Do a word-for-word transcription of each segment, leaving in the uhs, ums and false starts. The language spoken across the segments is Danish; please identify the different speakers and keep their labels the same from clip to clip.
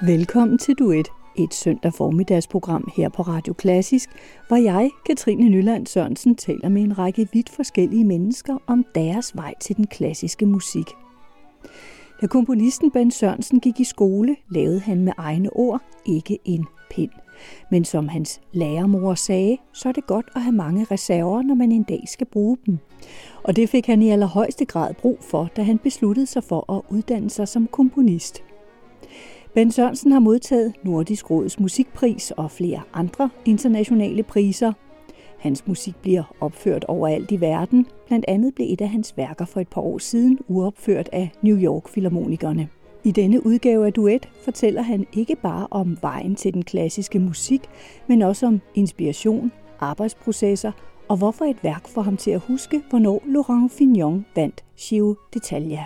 Speaker 1: Velkommen til Duet, et søndag formiddagsprogram her på Radio Klassisk, hvor jeg, Katrine Nyland Sørensen, taler med en række vidt forskellige mennesker om deres vej til den klassiske musik. Da komponisten Bent Sørensen gik i skole, lavede han med egne ord ikke en pind. Men som hans lærermor sagde, så er det godt at have mange reserver, når man en dag skal bruge dem. Og det fik han i allerhøjeste grad brug for, da han besluttede sig for at uddanne sig som komponist. Bent Sørensen har modtaget Nordisk Råds musikpris og flere andre internationale priser. Hans musik bliver opført overalt i verden. Blandt andet blev et af hans værker for et par år siden uopført af New York Filharmonikerne. I denne udgave af Duet fortæller han ikke bare om vejen til den klassiske musik, men også om inspiration, arbejdsprocesser og hvorfor et værk får ham til at huske, hvornår Laurent Fignon vandt Giro d'Italia.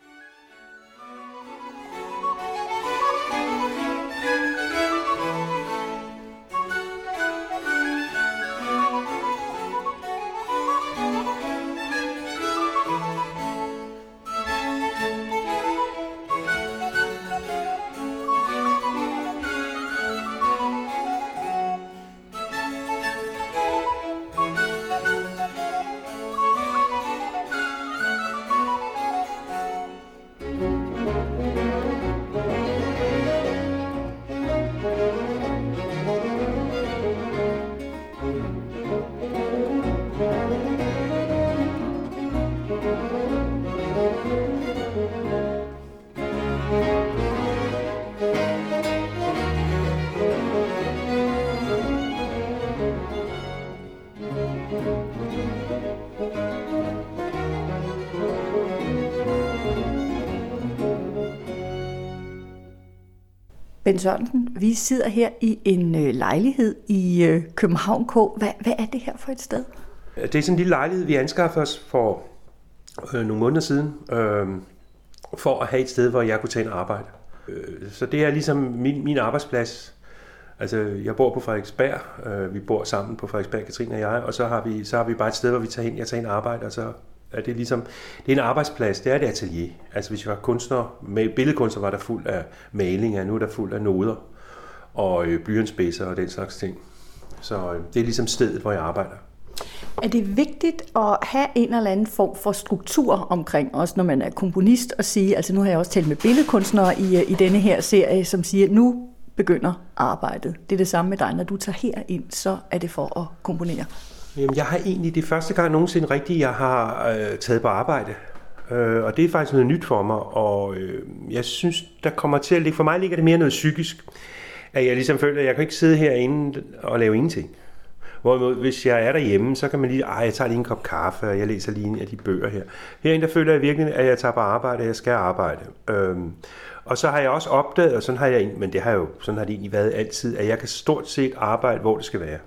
Speaker 1: Bent Sørensen, vi sidder her i en øh, lejlighed i øh, København K. Hvad, hvad er det her for et sted?
Speaker 2: Det er sådan en lille lejlighed, vi anskaffede os for øh, nogle måneder siden, øh, for at have et sted, hvor jeg kunne tage en arbejde. Øh, så det er ligesom min, min arbejdsplads. Altså, jeg bor på Frederiksberg. Øh, vi bor sammen på Frederiksberg, Katrine og jeg, og så har vi, så har vi bare et sted, hvor vi tager hen. Jeg tager en arbejde, og så er det ligesom, det er en arbejdsplads, det er et atelier. Altså hvis jeg var kunstner, med billedkunstner var der fuld af malinger, nu er der fuld af noder og øh, blyantspidser og den slags ting. Så øh, det er ligesom stedet, hvor jeg arbejder.
Speaker 1: Er det vigtigt at have en eller anden form for struktur omkring, også når man er komponist, og sige, altså nu har jeg også talt med billedkunstnere i, i denne her serie, som siger, nu begynder arbejdet. Det er det samme med dig, når du tager herind, så er det for at komponere.
Speaker 2: Jamen, jeg har egentlig det første gang nogensinde rigtigt, jeg har øh, taget på arbejde. Øh, og det er faktisk noget nyt for mig, og øh, jeg synes, der kommer til at ligge, for mig ligger det mere noget psykisk, at jeg ligesom føler, at jeg kan ikke sidde herinde og lave ingenting. Hvorimod, hvis jeg er derhjemme, så kan man lige, ej, jeg tager lige en kop kaffe, og jeg læser lige en af de bøger her. Herinde, der føler jeg virkelig, at jeg tager på arbejde, og jeg skal arbejde. Øhm, og så har jeg også opdaget, og sådan har jeg, men det har jo, sådan har det egentlig været altid, at jeg kan stort set arbejde, hvor det skal være.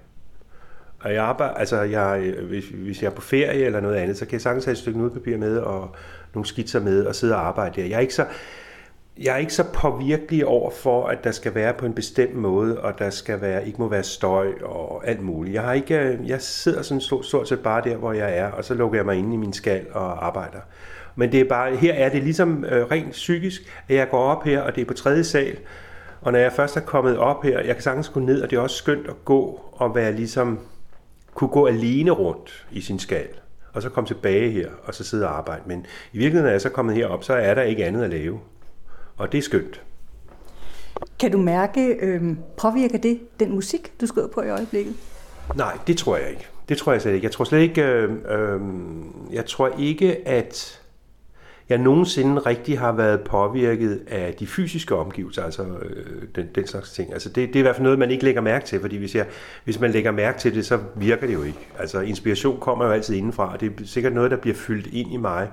Speaker 2: Og jeg arbejder, altså jeg, hvis, hvis jeg er på ferie eller noget andet, så kan jeg sagtens have et stykke notepapir med og nogle skitser med og sidde og arbejde der. Jeg er ikke så, jeg er ikke så påvirkelig over for, at der skal være på en bestemt måde, og der skal være, ikke må være støj og alt muligt. Jeg har ikke, jeg sidder sådan stort, stort set bare der, hvor jeg er, og så lukker jeg mig inde i min skal og arbejder. Men det er bare, her er det ligesom øh, rent psykisk, at jeg går op her, og det er på tredje sal, og når jeg først er kommet op her, jeg kan sagtens gå ned, og det er også skønt at gå og være ligesom, kunne gå alene rundt i sin skal, og så komme tilbage her, og så sidde og arbejde. Men i virkeligheden, når jeg så kommet herop, så er der ikke andet at lave. Og det er skønt.
Speaker 1: Kan du mærke, øh, påvirker det den musik, du skriver på i øjeblikket?
Speaker 2: Nej, det tror jeg ikke. Det tror jeg slet ikke. Jeg tror slet ikke, øh, øh, jeg tror ikke, at jeg nogensinde rigtig har været påvirket af de fysiske omgivelser, altså øh, den, den slags ting. Altså det, det er i hvert fald noget, man ikke lægger mærke til, fordi hvis, jeg, hvis man lægger mærke til det, så virker det jo ikke. Altså inspiration kommer jo altid indenfra, og det er sikkert noget, der bliver fyldt ind i mig.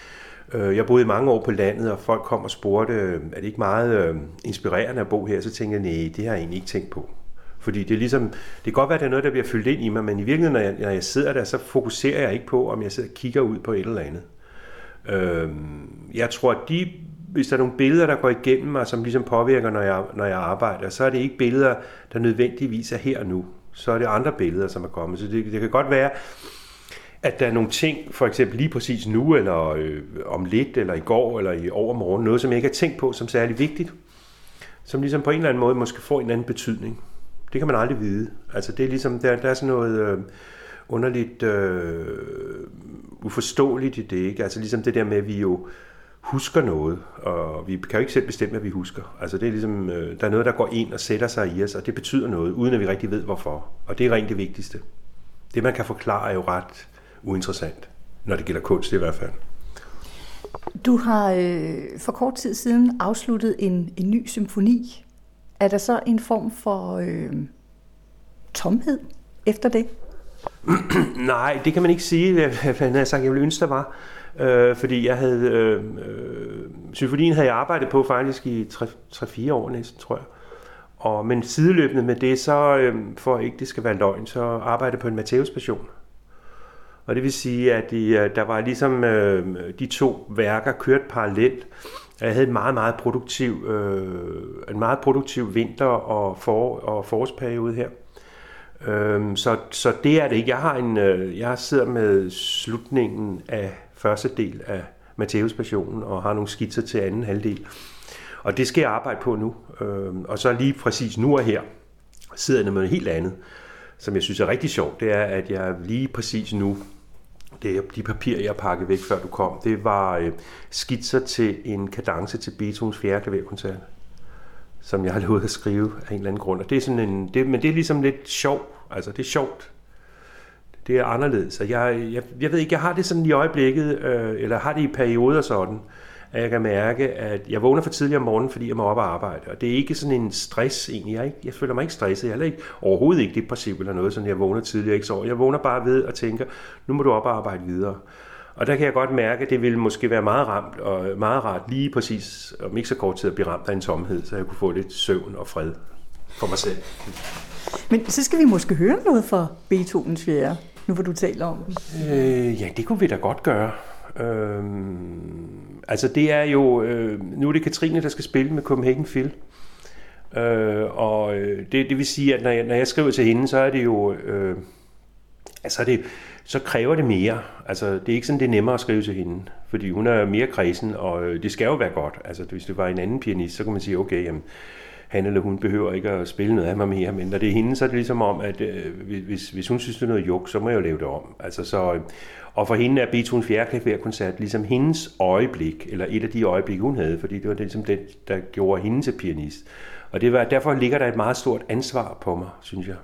Speaker 2: Jeg boede i mange år på landet, og folk kom og spurgte, er det ikke meget inspirerende at bo her? Så tænkte jeg, nej, det har jeg egentlig ikke tænkt på. Fordi det er ligesom, det kan godt være, at det er noget, der bliver fyldt ind i mig, men i virkeligheden, når jeg, når jeg sidder der, så fokuserer jeg ikke på, om jeg sidder og kigger ud på et eller andet. Jeg tror, at de, hvis der er nogle billeder, der går igennem mig, som ligesom påvirker, når jeg, når jeg arbejder, så er det ikke billeder, der nødvendigvis er her og nu. Så er det andre billeder, som er kommet. Så det, det kan godt være, at der er nogle ting, for eksempel lige præcis nu, eller øh, om lidt, eller i går, eller i overmorgen, noget, som jeg ikke har tænkt på som særlig vigtigt, som ligesom på en eller anden måde måske får en eller anden betydning. Det kan man aldrig vide. Altså det er ligesom, der, der er sådan noget øh, underligt øh, uforståeligt i det, ikke? Altså ligesom det der med, at vi jo husker noget, og vi kan jo ikke selv bestemme, hvad vi husker. Altså det er ligesom, øh, der er noget, der går ind og sætter sig i os, og det betyder noget, uden at vi rigtig ved, hvorfor. Og det er rent det vigtigste. Det, man kan forklare, er jo ret uinteressant, når det gælder kunst i hvert fald.
Speaker 1: Du har øh, for kort tid siden afsluttet en, en ny symfoni. Er der så en form for øh, tomhed efter det?
Speaker 2: Nej, det kan man ikke sige. Hvad jeg havde sagt, jeg ville ønske, der var. Øh, fordi jeg havde... Øh, øh, symfonien havde jeg arbejdet på faktisk i tre fire år næsten, tror jeg. Og, men sideløbende med det, så øh, for ikke det skal være løgn, så arbejdede jeg på en Matthæus-passion. Og det vil sige, at de, der var ligesom øh, de to værker kørt parallelt. Jeg havde en meget, meget produktiv, øh, en meget produktiv vinter- og, for, og forårsperiode her. Øh, så, så det er det ikke. Jeg, har en, øh, jeg sidder med slutningen af første del af Matthæus-passionen og har nogle skitser til anden halvdel. Og det skal jeg arbejde på nu. Øh, og så lige præcis nu og her sidder jeg med noget helt andet, som jeg synes er rigtig sjovt. Det er, at jeg lige præcis nu, det er de papirer, jeg pakkede væk, før du kom, det var øh, skitser til en kadence til Beethovens fjerde klaverkoncert, som jeg har lovet at skrive af en eller anden grund. Og det er sådan en, det, men det er ligesom lidt sjovt. Altså, det er sjovt. Det er anderledes. Og jeg, jeg, jeg ved ikke, jeg har det sådan i øjeblikket, øh, eller har det i perioder sådan, at jeg kan mærke, at jeg vågner for tidligt om morgenen, fordi jeg må op og arbejde. Og det er ikke sådan en stress egentlig. Jeg, ikke, jeg føler mig ikke stresset. Jeg er ikke, overhovedet ikke depressiv eller noget, sådan jeg vågner tidligt og ikke sover. Jeg vågner bare ved og tænker, nu må du op og arbejde videre. Og der kan jeg godt mærke, at det ville måske være meget ramt og meget rart lige præcis, om ikke så kort tid at blive ramt af en tomhed, så jeg kunne få lidt søvn og fred for mig selv.
Speaker 1: Men så skal vi måske høre noget fra Beethovens fjerde, nu hvor du taler om den.
Speaker 2: Øh, ja, det kunne vi da godt gøre. Øhm, altså det er jo, øh, nu er det Katrine, der skal spille med Copenhagen Phil. Øh, og det, det vil sige, at når jeg, når jeg skriver til hende, så er det jo, øh, altså det, så kræver det mere. Altså det er ikke sådan, det er nemmere at skrive til hende, fordi hun er mere kredsen, og det skal jo være godt. Altså hvis det var en anden pianist, så kan man sige, okay, jamen, han eller hun behøver ikke at spille noget af mig mere, men når det er hende, så er det ligesom om, at øh, hvis, hvis hun synes, det er noget juk, så må jeg jo lave det om. Altså, så, og for hende er Beethovens fjerde klaverkoncert ligesom hendes øjeblik, eller et af de øjeblikke, hun havde, fordi det var det, ligesom det, der gjorde hende til pianist. Og det var, derfor ligger der et meget stort ansvar på mig, synes jeg.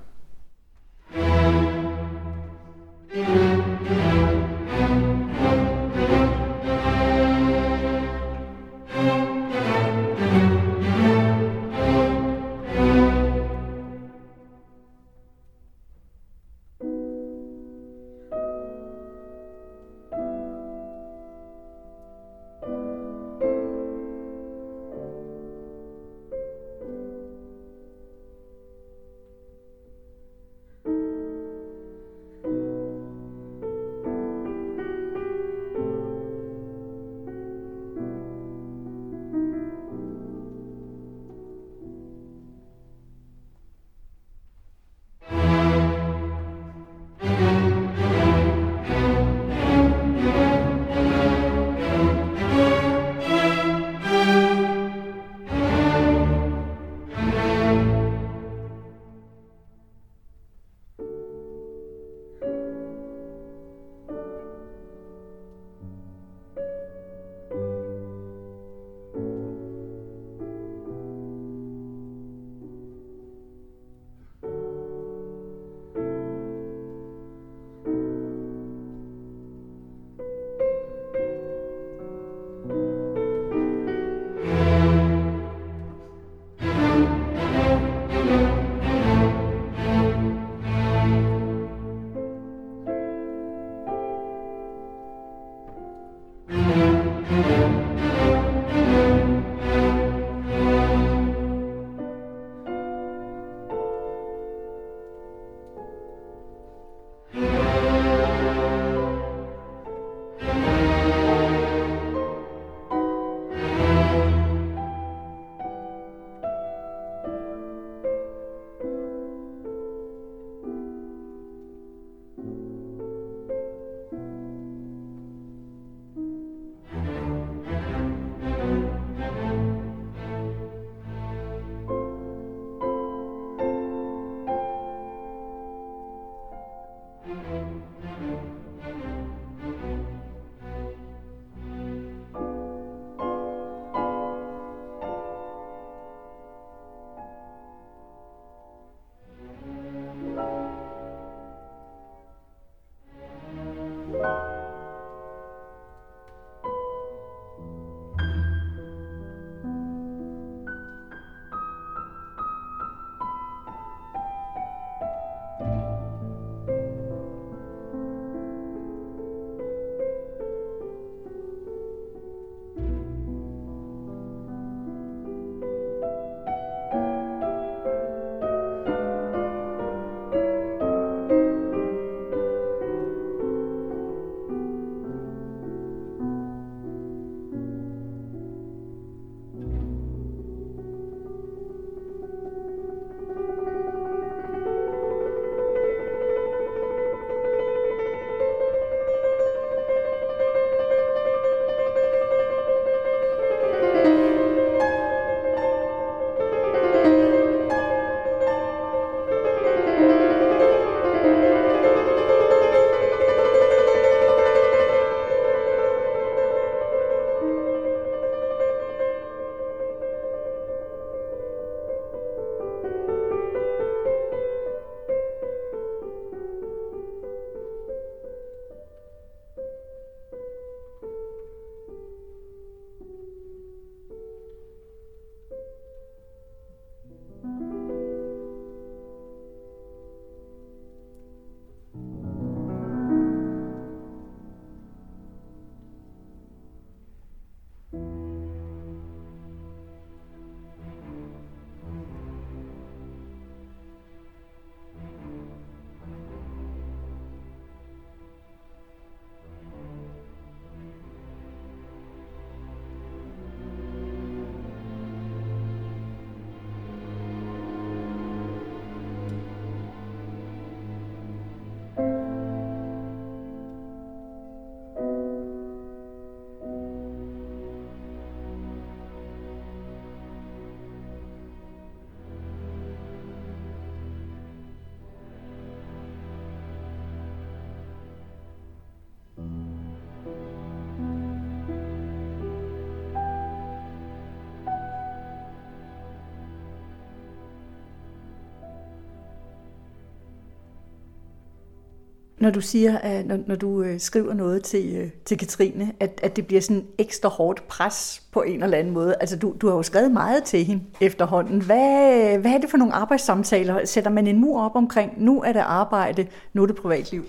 Speaker 1: Når du siger, at når, når du øh, skriver noget til, øh, til Katrine, at, at det bliver sådan ekstra hårdt pres på en eller anden måde. Altså, du, du har jo skrevet meget til hende efterhånden. Hvad, hvad er det for nogle arbejdssamtaler? Sætter man en mur op omkring, nu er det arbejde, nu er det privatliv?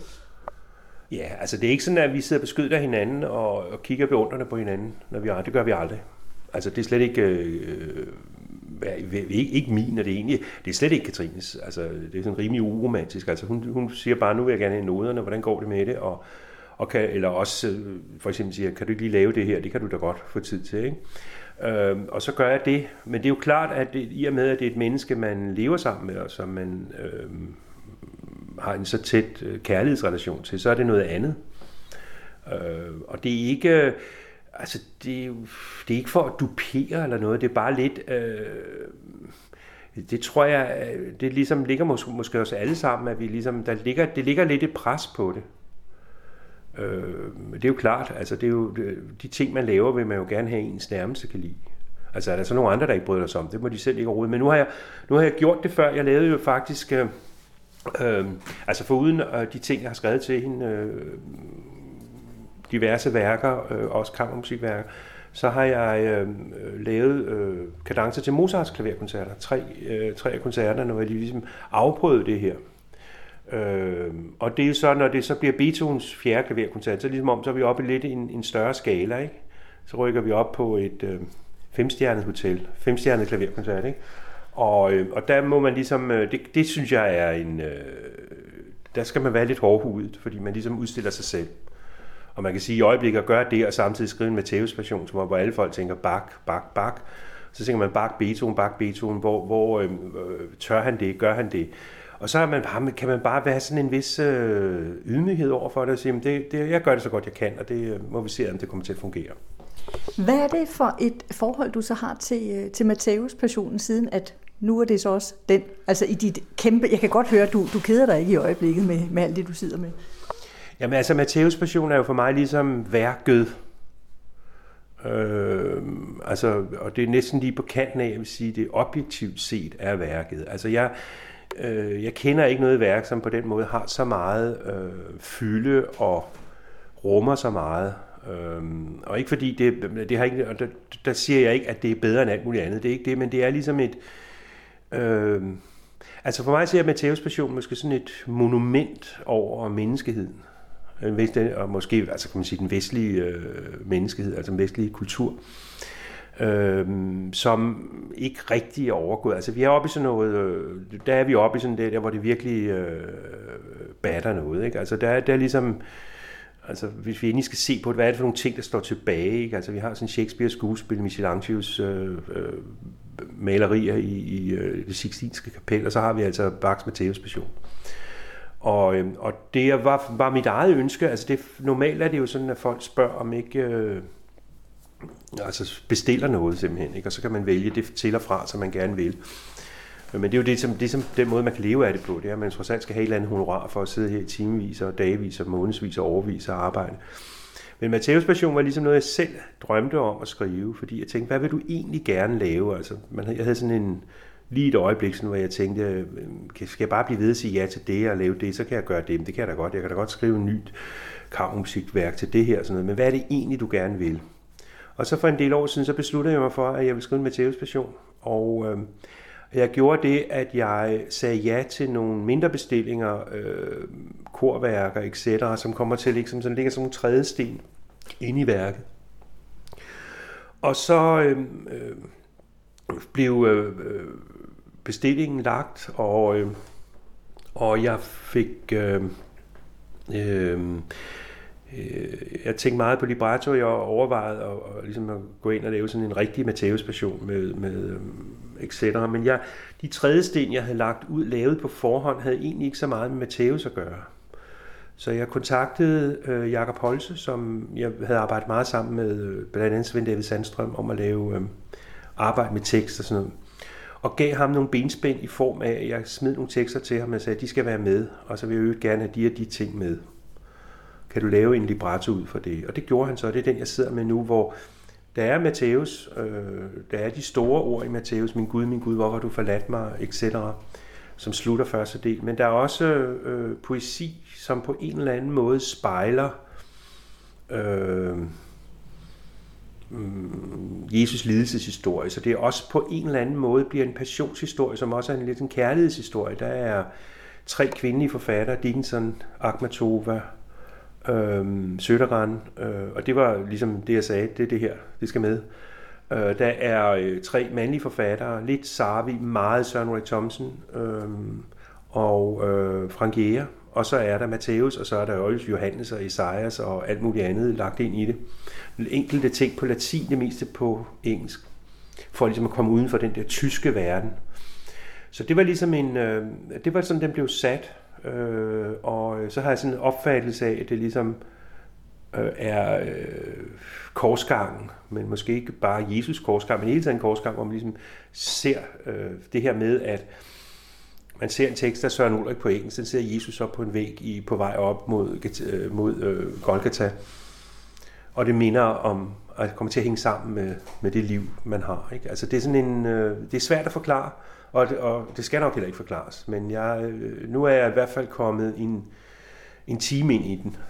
Speaker 2: Ja, altså det er ikke sådan, at vi sidder og beskytter hinanden og, og kigger beundrende på hinanden, når vi er. Det gør vi aldrig. Altså, det er slet ikke... Øh, Ikke, ikke min, og det er egentlig, det er slet ikke Katrines. Altså, det er sådan rimelig uromantisk. Altså, hun, hun siger bare, nu vil jeg gerne have noderne, hvordan går det med det? Og, og kan, eller også for eksempel siger, kan du ikke lige lave det her? Det kan du da godt få tid til, ikke? Øhm, og så gør jeg det. Men det er jo klart, at det, i og med, at det er et menneske, man lever sammen med, og som man øhm, har en så tæt kærlighedsrelation til, så er det noget andet. Øh, og det er ikke... Altså, det er, det er ikke for at dupere eller noget, det er bare lidt, øh, det tror jeg, det ligesom ligger måske, måske også alle sammen, at vi ligesom, der ligger, det ligger lidt et pres på det. Øh, det er jo klart, altså det er jo, de ting man laver, vil man jo gerne have ens nærmeste kan lide. Altså er der så nogle andre, der ikke bryder sig om, det må de selv ikke overhovedet. Men nu har jeg, nu har jeg gjort det før, jeg lavede jo faktisk, øh, øh, altså foruden øh, de ting, jeg har skrevet til hende, øh, diverse værker, øh, også kammermusikværker, så har jeg øh, lavet øh, kadencer til Mozarts klaverkoncerter. Tre, øh, tre af koncerterne, hvor jeg ligesom afprøvede det her. Øh, og det er jo så, når det så bliver Beethovens fjerde klaverkoncert, så ligesom om, så er vi oppe i lidt en, en større skala, ikke? Så rykker vi op på et øh, femstjernet hotel, femstjernet klaverkoncert, ikke? Og, øh, og der må man ligesom, øh, det, det synes jeg er en, øh, der skal man være lidt hårdhudet, fordi man ligesom udstiller sig selv. Og man kan sige, at i øjeblikket at gøre det, og samtidig skrive en Matthæus-passion, hvor alle folk tænker Bach, Bach, Bach. Så tænker man Bach, Beethoven, Bach, Beethoven. Hvor, hvor øh, tør han det? Gør han det? Og så er man bare, kan man bare være sådan en vis øh, ydmyghed over for det, og sige, det, det, jeg gør det så godt jeg kan, og det øh, må vi se, om det kommer til at fungere.
Speaker 1: Hvad er det for et forhold, du så har til, til Matthæus-passionen, siden at nu er det så også den, altså i dit kæmpe, jeg kan godt høre, at du, du keder dig ikke i øjeblikket med, med alt det, du sidder med.
Speaker 2: Jamen altså, Matthæus Passion er jo for mig ligesom værket. Øh, altså, og det er næsten lige på kanten af, jeg vil sige, det objektivt set er værket. Altså, jeg, øh, jeg kender ikke noget værk, som på den måde har så meget øh, fylde og rummer så meget. Øh, og ikke fordi det, det har ikke, og der, der siger jeg ikke, at det er bedre end alt muligt andet. Det er ikke det, men det er ligesom et... Øh, altså for mig ser Matthæus Passion måske sådan et monument over menneskeheden. Og måske altså kan man sige den vestlige øh, menneskehed, altså den vestlige kultur, øh, som ikke rigtig er overgået. Altså vi er oppe i sådan noget, øh, der er vi oppe i sådan det der, hvor det virkelig øh, batter noget, ikke? Altså der, der er ligesom, altså hvis vi egentlig skal se på, hvad er det for nogle ting, der står tilbage, ikke? Altså vi har sådan Shakespeares skuespil, Michelangelos øh, øh, malerier i, i øh, det Sixtinske kapel, og så har vi altså Bachs Matthæus Passion. Og, og det var, var mit eget ønske. Altså det, normalt er det jo sådan, at folk spørger, om ikke øh, altså bestiller noget simpelthen, ikke? Og så kan man vælge det til og fra, som man gerne vil. Men det er jo det, som, det, som den måde, man kan leve af det på. Det er, at man trods alt skal have et eller andet honorar for at sidde her i timevis og dagevis og månedsvis og overvis og arbejde. Men Matthæus Passion var ligesom noget, jeg selv drømte om at skrive, fordi jeg tænkte, hvad vil du egentlig gerne lave? Altså, man, jeg havde sådan en... Lige et øjeblik, sådan, hvor jeg tænkte, skal jeg bare blive ved at sige ja til det og lave det, så kan jeg gøre det. Men det kan jeg da godt. Jeg kan da godt skrive en nyt kammermusikværk til det her. Sådan noget. Men hvad er det egentlig, du gerne vil? Og så for en del år siden, så besluttede jeg mig for, at jeg ville skrive en Matthæus Passion. Og øh, jeg gjorde det, at jeg sagde ja til nogle mindre bestillinger, øh, korværker, et cetera, som kommer til liksom, sådan ligger som en trædesten inde i værket. Og så... Øh, øh, blev øh, bestillingen lagt, og, øh, og jeg fik... Øh, øh, jeg tænkte meget på libretto, jeg overvejede at, at, ligesom at gå ind og lave sådan en rigtig Matthæus Passion med, med øh, et cetera. Men jeg, de tredje sten, jeg havde lagt ud, lavet på forhånd, havde egentlig ikke så meget med Matthæus at gøre. Så jeg kontaktede øh, Jakob Holse, som jeg havde arbejdet meget sammen med, øh, blandt andet Svend David Sandstrøm, om at lave... Øh, arbejde med tekst og sådan noget. Og gav ham nogle benspænd i form af, at jeg smed nogle tekster til ham og sagde, at de skal være med, og så vil jeg jo gerne have de og de ting med. Kan du lave en libretto ud for det? Og det gjorde han så, det er den, jeg sidder med nu, hvor der er Matthæus, øh, der er de store ord i Matthæus, min Gud, min Gud, hvor har du forladt mig, et cetera, som slutter første del. Men der er også øh, poesi, som på en eller anden måde spejler øh, Jesus lidelseshistorie, så det er også på en eller anden måde bliver en passionshistorie, som også er en lidt en kærlighedshistorie. Der er tre kvindelige forfattere, Dickinson, Akhmatova, øhm, Sødergran, øh, og det var ligesom det, jeg sagde, det er det her, det skal med. Øh, der er øh, tre mandlige forfattere, lidt Sarvi, meget Søren Ulrik Thomsen, øh, og øh, Frank Jæger, og så er der Matthæus, og så er der også Johannes og Esajas og alt muligt andet lagt ind i det. Enkelte ting på latin, det meste på engelsk, for ligesom at komme uden for den der tyske verden. Så det var ligesom en, øh, det var sådan, den blev sat, øh, og så har jeg sådan en opfattelse af, at det ligesom øh, er øh, korsgangen, men måske ikke bare Jesus korsgang, men hele tiden en korsgang, hvor man ligesom ser øh, det her med, at man ser en tekst af Søren Ulrik på engelsk, den ser Jesus op på en væg i, på vej op mod, øh, mod øh, Golgata. Og det minder om at komme til at hænge sammen med, med det liv, man har. Ikke? Altså det er sådan en, øh, det er svært at forklare, og det, og det skal nok heller ikke forklares. Men jeg, øh, nu er jeg i hvert fald kommet en, en time ind i den.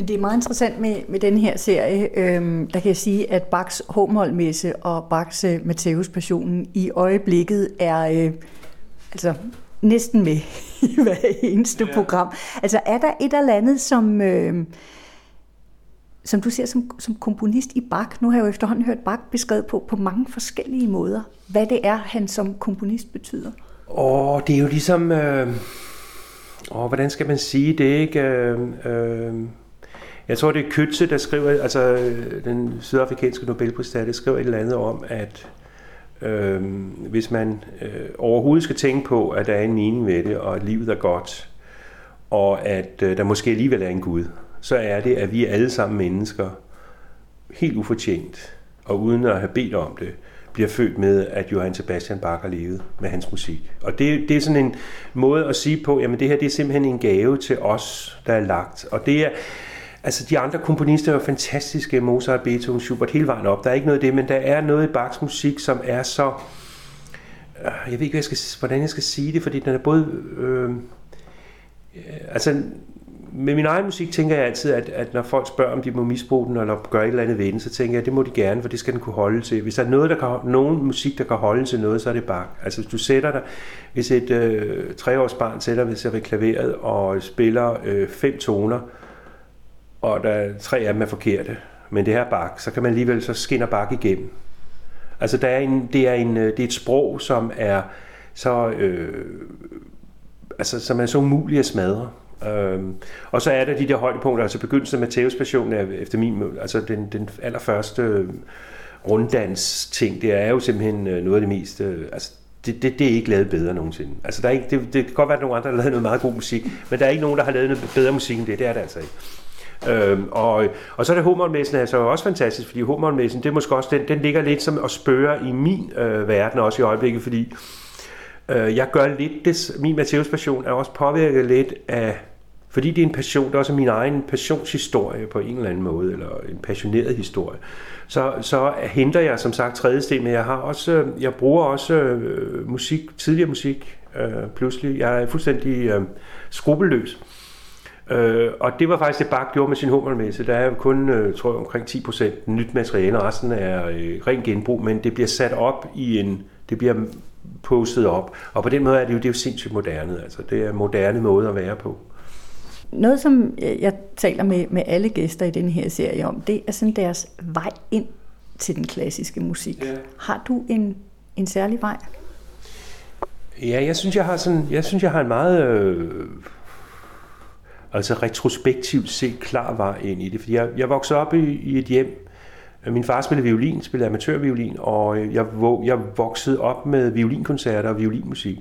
Speaker 1: det er meget interessant med, med den her serie. Øhm, der kan jeg sige, at Bachs H-mol-messe og Bachs uh, Matthæus-passionen i øjeblikket er øh, altså næsten med i hver eneste ja. program. Altså er der et eller andet, som, øh, som du ser som, som komponist i Bach? Nu har jeg jo efterhånden hørt Bach beskrevet på, på mange forskellige måder. Hvad det er, han som komponist betyder?
Speaker 2: Åh, det er jo ligesom... Øh... Åh, hvordan skal man sige det, ikke? Øh, øh... Jeg tror, det er Kötze, der skriver... Altså, den sydafrikanske Nobelpristager, skriver et eller andet om, at øh, hvis man øh, overhovedet skal tænke på, at der er en mening ved det, og at livet er godt, og at øh, der måske alligevel er en Gud, så er det, at vi alle sammen mennesker, helt ufortjent, og uden at have bedt om det, bliver født med, at Johann Sebastian Bach har levet med hans musik. Og det, det er sådan en måde at sige på, jamen det her det er simpelthen en gave til os, der er lagt. Og det er, altså de andre komponister er jo fantastiske, Mozart, Beethoven, Schubert, hele vejen op. Der er ikke noget af det, men der er noget i Bachs musik, som er så, jeg ved ikke, jeg skal, hvordan jeg skal sige det, fordi den er både, øh, altså med min egen musik tænker jeg altid, at, at når folk spørger, om de må misbruge den, eller gøre et eller andet ved den, så tænker jeg, at det må de gerne, for det skal den kunne holde til. Hvis der er noget, der kan, nogen musik, der kan holde til noget, så er det Bach. Altså hvis du sætter dig, hvis et øh, treårsbarn sætter sig ved klaveret og spiller øh, fem toner, og der tre af dem er forkerte, men det her er Bach, så kan man alligevel, så skinner Bach igennem. Altså der er en, det, er en, det er et sprog, som er så, øh, altså, som er så umuligt at smadre. Øhm, og så er der de der højdepunkter, altså begyndelsen af Matthæus-passionen er efter min, altså den, den allerførste øh, runddans ting, det er jo simpelthen øh, noget af det mest, øh, altså det, det, det er ikke lavet bedre nogensinde. Altså der er ikke, det, det kan godt være, at nogle andre har lavet noget meget god musik, men der er ikke nogen, der har lavet noget bedre musik end det, det er det altså ikke. Øhm, og, og så er det H-mol-messen altså også fantastisk, fordi H-mol-messen, det er måske også, den, den ligger lidt som at spørge i min øh, verden også i øjeblikket, fordi øh, jeg gør lidt det, min Matthæus-passion er også påvirket lidt af, fordi det er en passion, det er også min egen passionshistorie på en eller anden måde, eller en passioneret historie, så, så henter jeg som sagt tredje sten, men jeg har også, jeg bruger også øh, musik, tidligere musik, øh, pludselig, jeg er fuldstændig øh, skrupelløs. Øh, og det var faktisk det, Bach gjorde med sin H-mol-messe. Der er kun, øh, tror jeg, omkring ti procent nyt materiale, og resten er øh, ren genbrug, men det bliver sat op i en, det bliver postet op, og på den måde er det jo, det er jo sindssygt moderne, altså det er en moderne måde at være på.
Speaker 1: Noget, som jeg taler med, med alle gæster i den her serie om, det er sådan deres vej ind til den klassiske musik. Ja. Har du en, en særlig vej?
Speaker 2: Ja, jeg synes, jeg har sådan, jeg synes, jeg har en meget øh, altså retrospektivt set klar vej ind i det, fordi jeg, jeg voksede op i, i et hjem. Min far spillede violin, spillede amatørviolin, og jeg, jeg voksede op med violinkoncerter og violinmusik.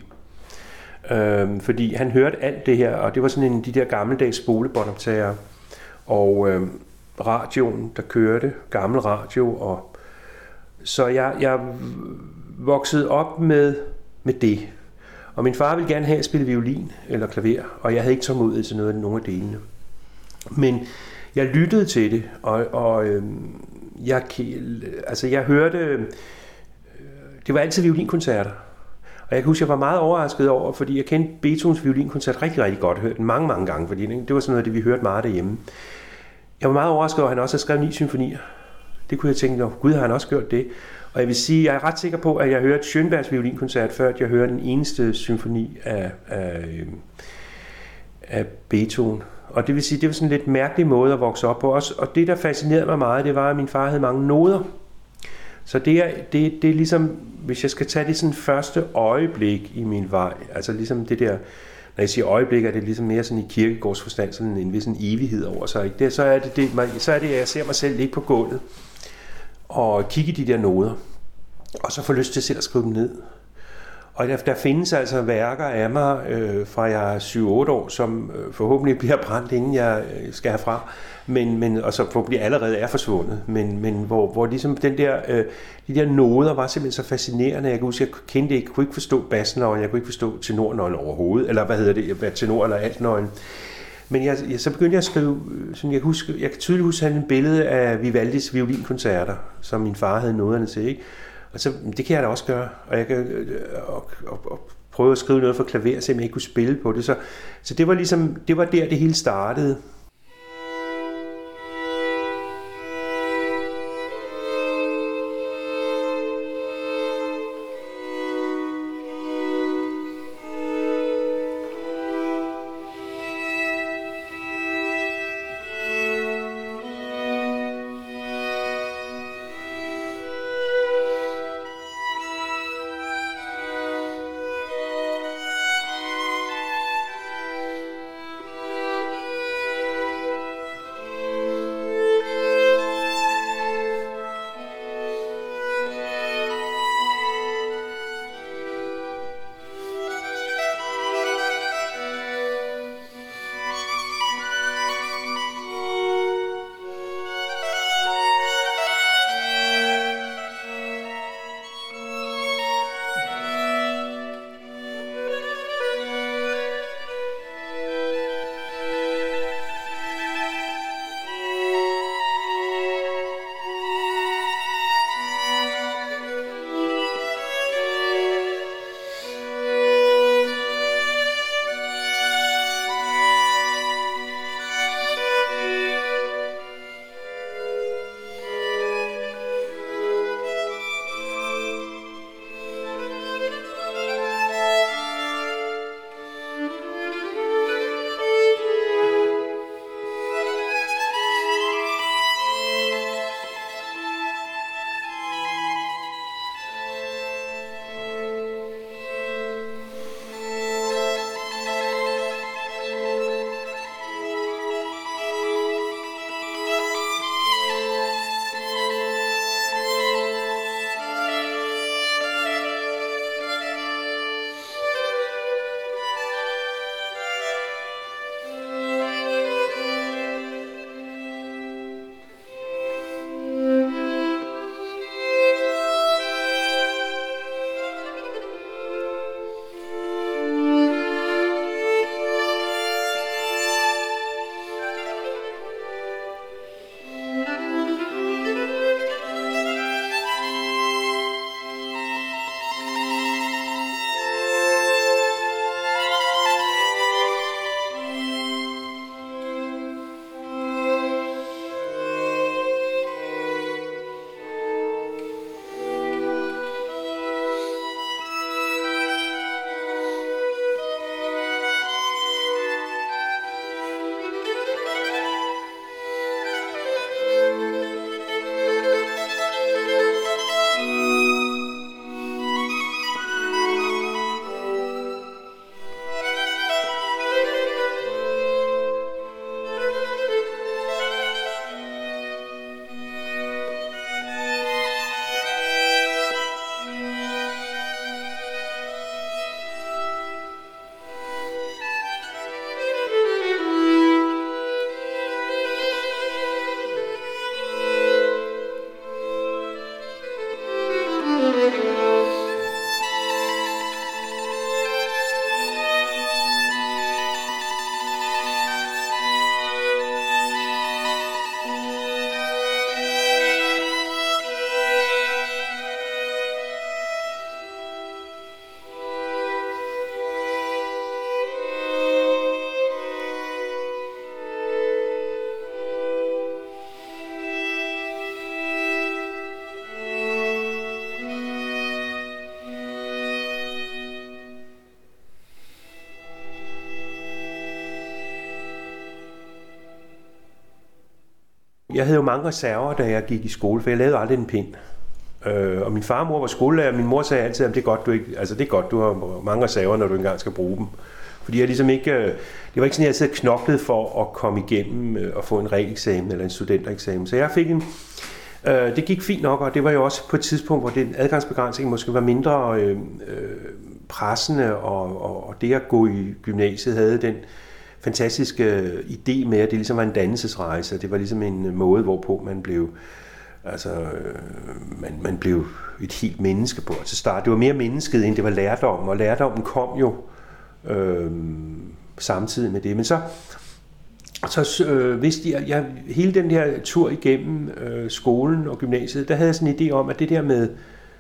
Speaker 2: Øhm, fordi han hørte alt det her, og det var sådan en de der gammeldags spolebåndoptagere, og øhm, radioen, der kørte, gammel radio, og så jeg, jeg voksede op med, med det. Og min far ville gerne have at spille violin eller klaver, og jeg havde ikke tålmodighed til noget af nogle af delene. Men jeg lyttede til det, og, og øhm, jeg, altså jeg hørte, øh, det var altid violinkoncerter. Og jeg kan huske, jeg var meget overrasket over, fordi jeg kendte Beethovens violinkoncert rigtig, rigtig godt. Jeg hørte den mange, mange gange, fordi det var sådan noget, det vi hørte meget derhjemme. Jeg var meget overrasket over, at han også har skrevet ni symfonier. Det kunne jeg tænke, at gud, har han også gjort det. Og jeg vil sige, jeg er ret sikker på, at jeg hørte Schönbergs violinkoncert, før jeg hørte den eneste symfoni af, af, af Beethoven. Og det vil sige, det var sådan en lidt mærkelig måde at vokse op på. Og det, der fascinerede mig meget, det var, at min far havde mange noder. Så det er, det, det er ligesom, hvis jeg skal tage det sådan første øjeblik i min vej, altså ligesom det der, når jeg siger øjeblik, er det ligesom mere sådan i kirkegårdsforstand, sådan en vis en evighed over sig. Ikke? Det, så, er det, det, så er det, at jeg ser mig selv ligge på gulvet og kigge de der noder, og så få lyst til selv at skrive dem ned. Og der, der findes altså værker af mig øh, fra jeg er syv otte år, som øh, forhåbentlig bliver brændt, inden jeg øh, skal herfra, men, men, og så forhåbentlig allerede er forsvundet, men, men hvor, hvor ligesom den der, øh, de der noder var simpelthen så fascinerende. Jeg kan huske, jeg kendte ikke, kunne ikke forstå bassnøglen, jeg kunne ikke forstå tenornøglen overhovedet, eller hvad hedder det, tenor eller altnøglen. Men jeg, jeg, så begyndte jeg at skrive, sådan, jeg, kan huske, jeg kan tydeligt huske et billede af Vivaldis violinkoncerter, som min far havde noderne til, ikke? Og så, det kan jeg da også gøre, og jeg kan og, og, og prøve at skrive noget for klaver, så jeg ikke kunne spille på det. Så, så det var ligesom, det var der, det hele startede. Jeg havde jo mange reserver, da jeg gik i skole, for jeg lavede aldrig en pind. Øh, og min far og mor var skolelærer, og min mor sagde altid, at det er godt, du ikke, altså det er godt, du har mange reserver, når du engang skal bruge dem. Fordi jeg ligesom ikke, det var ikke sådan, at jeg altid knoklede for at komme igennem og få en reeksamen eller en studentereksamen. Så jeg fik en, øh, det gik fint nok, og det var jo også på et tidspunkt, hvor den adgangsbegrænsning måske var mindre øh, pressende, og, og, og det at gå i gymnasiet havde den fantastiske idé med, at det ligesom var en dannelsesrejse. Det var ligesom en måde, hvorpå man blev, altså, man, man blev et helt menneske på til start. Det var mere mennesket, end det var lærdom, og lærdommen kom jo øh, samtidig med det. Men så, så øh, vidste jeg, jeg, hele den der tur igennem øh, skolen og gymnasiet, der havde jeg sådan en idé om, at det der med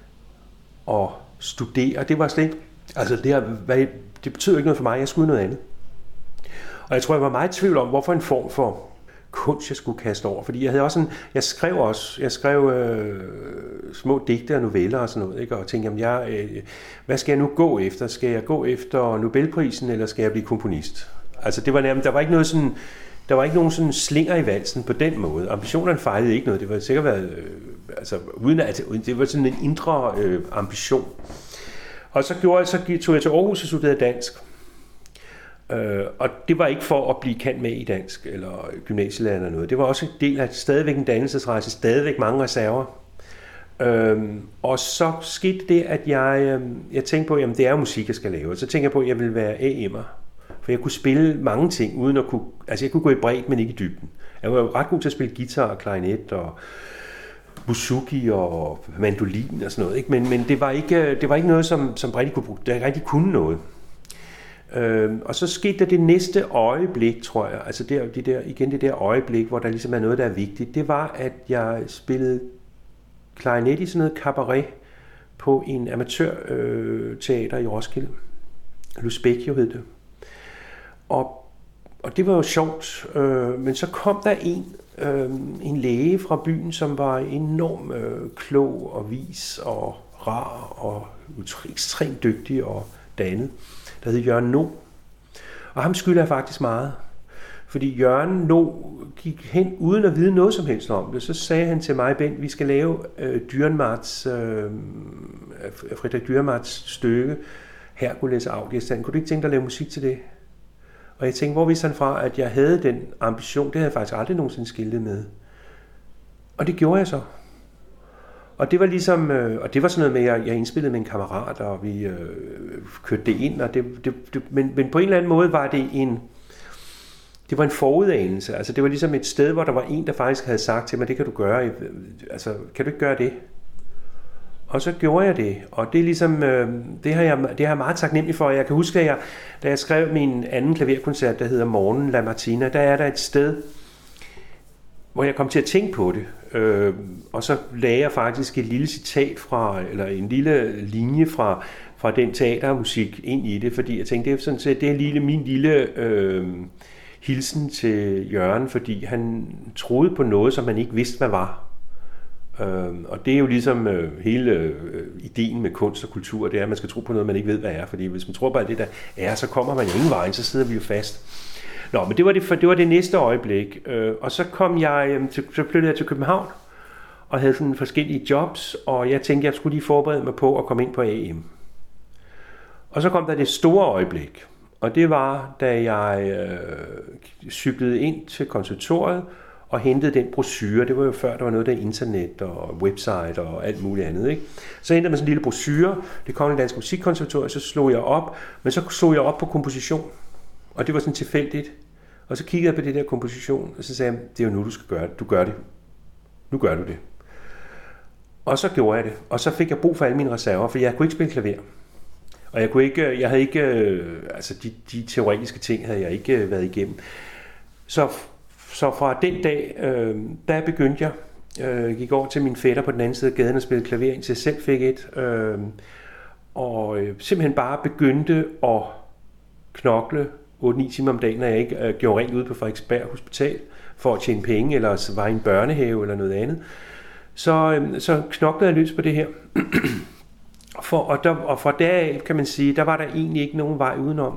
Speaker 2: at studere, det var slet ikke, altså det, her, hvad, det betød ikke noget for mig, jeg skulle noget andet. Og jeg tror, jeg var meget i tvivl om, hvorfor en form for kunst jeg skulle kaste over. Fordi jeg havde også en, jeg skrev også, jeg skrev øh, små digte og noveller og sådan noget, ikke? Og tænkte, jamen jeg, øh, hvad skal jeg nu gå efter? Skal jeg gå efter Nobelprisen, eller skal jeg blive komponist? Altså det var nærmest, der var ikke noget sådan, der var ikke nogen sådan slinger i valsen på den måde. Ambitionerne fejlede ikke noget. Det var sikkert været, øh, altså uden at, det var sådan en indre øh, ambition. Og så gjorde jeg, så tog jeg til Aarhus og studerede dansk. Uh, og det var ikke for at blive kendt med i dansk eller gymnasielærer eller noget. Det var også en del af stadigvæk en dannelsesrejse, stadigvæk mange reserver. Uh, og så skete det, at jeg, uh, jeg tænkte på, at det er jo musik, jeg skal lave. Og så tænkte jeg på, at jeg ville være A M'er. For jeg kunne spille mange ting, uden at kunne, altså jeg kunne gå i bredden, men ikke i dybden. Jeg var jo ret god til at spille guitar og klarinet og buzuki og mandolin og sådan noget. Ikke? Men, men det, var ikke, det var ikke noget, som, som rigtig kunne bruge. Der rigtig kunne noget. Øh, og så skete der det næste øjeblik, tror jeg, altså der, de der, igen det der øjeblik, hvor der ligesom er noget, der er vigtigt, det var, at jeg spillede klarinet i sådan noget cabaret på en amatørteater øh, i Roskilde. Lusbecchio hed det. Og, og det var jo sjovt, øh, men så kom der en, øh, en læge fra byen, som var enormt øh, klog og vis og rar og ekstremt dygtig og dannet, der hed Jørgen No. Og ham skylder jeg faktisk meget. Fordi Jørgen No gik hen uden at vide noget som helst om det. Så sagde han til mig, Bent, vi skal lave øh, Dürrenmatts, øh, Friedrich Dürrenmatts stykke, Herkules Audiastan. Kunne du ikke tænke dig at lave musik til det? Og jeg tænkte, hvor vidste han fra, at jeg havde den ambition? Det havde jeg faktisk aldrig nogensinde skiltet med. Og det gjorde jeg så. Og det var ligesom, øh, og det var sådan noget med, at jeg indspillede med en kammerat, og vi øh, kørte det ind, og det, det, det, men, men på en eller anden måde var det en, det var en forudanelse. Altså det var ligesom et sted, hvor der var en, der faktisk havde sagt til mig, det kan du gøre, altså kan du ikke gøre det? Og så gjorde jeg det, og det er ligesom, øh, det har jeg, det har jeg meget taknemmelig for. Jeg kan huske, at jeg, da jeg skrev min anden klaverkoncert, der hedder Morgen La Martina, der er der et sted, hvor jeg kom til at tænke på det. Øh, og så lagde jeg faktisk et lille citat fra, eller en lille linje fra, fra den teatermusik ind i det, fordi jeg tænkte, det er sådan set, det er lille, min lille øh, hilsen til Jørgen, fordi han troede på noget, som han ikke vidste, hvad var. Øh, og det er jo ligesom øh, hele øh, ideen med kunst og kultur, det er, at man skal tro på noget, man ikke ved, hvad er, fordi hvis man tror på alt det, der er, så kommer man jo ingen vej, så sidder vi jo fast. Nå, men det var det, det, var det næste øjeblik, øh, og så kom jeg, til, så flyttede jeg til København, og havde sådan forskellige jobs, og jeg tænkte, jeg skulle lige forberede mig på at komme ind på A M. Og så kom der det store øjeblik, og det var, da jeg øh, cyklede ind til konservatoriet, og hentede den brochure. Det var jo før, der var noget der internet og website og alt muligt andet, ikke? Så hentede man sådan en lille brochure, Det Kongelige Danske Musikkonservatorium, så slog jeg op, men så slog jeg op på komposition. Og det var sådan tilfældigt. Og så kiggede jeg på det der komposition, og så sagde jeg, det er jo nu, du skal gøre det. Du gør det. Nu gør du det. Og så gjorde jeg det. Og så fik jeg brug for alle mine reserver, for jeg kunne ikke spille klaver. Og jeg kunne ikke, jeg havde ikke, altså de, de teoretiske ting havde jeg ikke været igennem. Så, så fra den dag, øh, der begyndte jeg, øh, gik over til min fætter på den anden side af gaden og spillede klaver, indtil jeg selv fik et. Øh, og øh, simpelthen bare begyndte at knokle otte ni timer om dagen, når jeg ikke øh, gjorde rent ude på Frederiksberg Hospital for at tjene penge, eller var i en børnehave eller noget andet. Så, øh, så knoklede jeg løs på det her. For, og, der, og fra deraf, kan man sige, der var der egentlig ikke nogen vej udenom.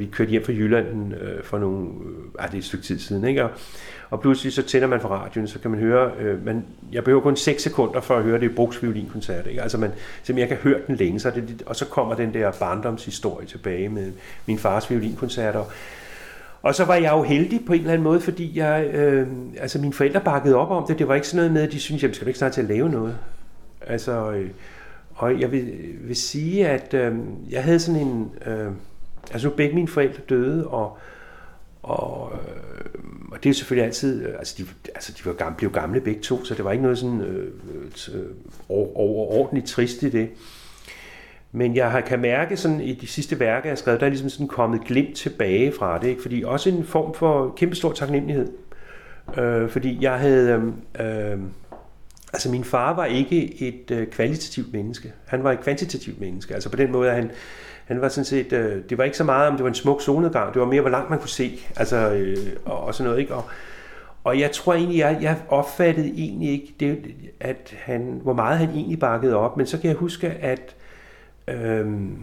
Speaker 2: vi kørte hjem fra Jylland øh, for nogle, øh, det er et stykke tid siden, ikke? Og, og pludselig så tænder man for radioen, så kan man høre, øh, man, jeg behøver kun seks sekunder for at høre det Bruchs violinkoncert, ikke? Altså man, simpelthen jeg kan høre den længe, så det, og så kommer den der barndomshistorie tilbage med min fars violinkoncerter. Og så var jeg jo heldig på en eller anden måde, fordi jeg, øh, altså mine forældre bakkede op om det. Det var ikke sådan noget med, at de syntes, jamen skal du ikke snart til at lave noget? Altså, øh, og jeg vil, vil sige, at øh, jeg havde sådan en, øh, altså nu begge mine forældre døde, og, og, øh, og det er selvfølgelig altid, altså de, altså de var gamle, blev gamle begge to, så det var ikke noget sådan øh, øh, overordentligt trist i det. Men jeg kan mærke sådan i de sidste værker, jeg har skrevet, der er ligesom sådan kommet glimt tilbage fra det, ikke? Fordi også en form for kæmpestor taknemmelighed. Øh, fordi jeg havde, øh, øh, altså min far var ikke et øh, kvalitativt menneske, han var et kvantitativt menneske, altså på den måde, at han, han var sådan set, øh, det var ikke så meget, om det var en smuk solnedgang, det var mere, hvor langt man kunne se, altså, øh, og, og sådan noget, ikke? Og, og jeg tror egentlig, jeg, jeg opfattede egentlig ikke, det, at han, hvor meget han egentlig bakkede op, men så kan jeg huske, at Øhm,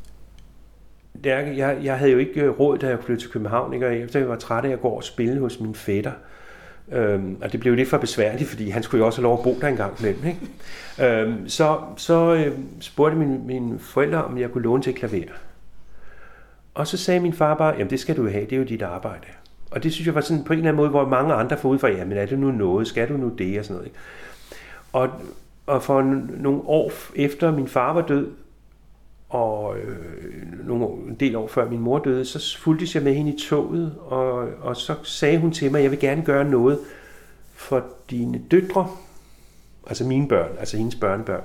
Speaker 2: der, jeg, jeg havde jo ikke råd, da jeg flyttede til København, ikke? Og efter jeg var træt af at gå og spille hos min fætter. Øhm, og det blev lidt for besværligt, fordi han skulle jo også have lov at bo der en gang imellem, ikke? Øhm, så så øhm, spurgte mine, mine forældre, om jeg kunne låne til klaver. Og så sagde min far bare, jamen det skal du have, det er jo dit arbejde. Og det synes jeg var sådan på en eller anden måde, hvor mange andre får ud fra, jamen er det nu noget, skal du nu det, og sådan noget, ikke? Og, og for nogle år efter min far var død, og øh, nogle, en del år før min mor døde, så fulgte jeg med hende i toget, og, og så sagde hun til mig, jeg vil gerne gøre noget for dine døtre, altså mine børn, altså hendes børnebørn.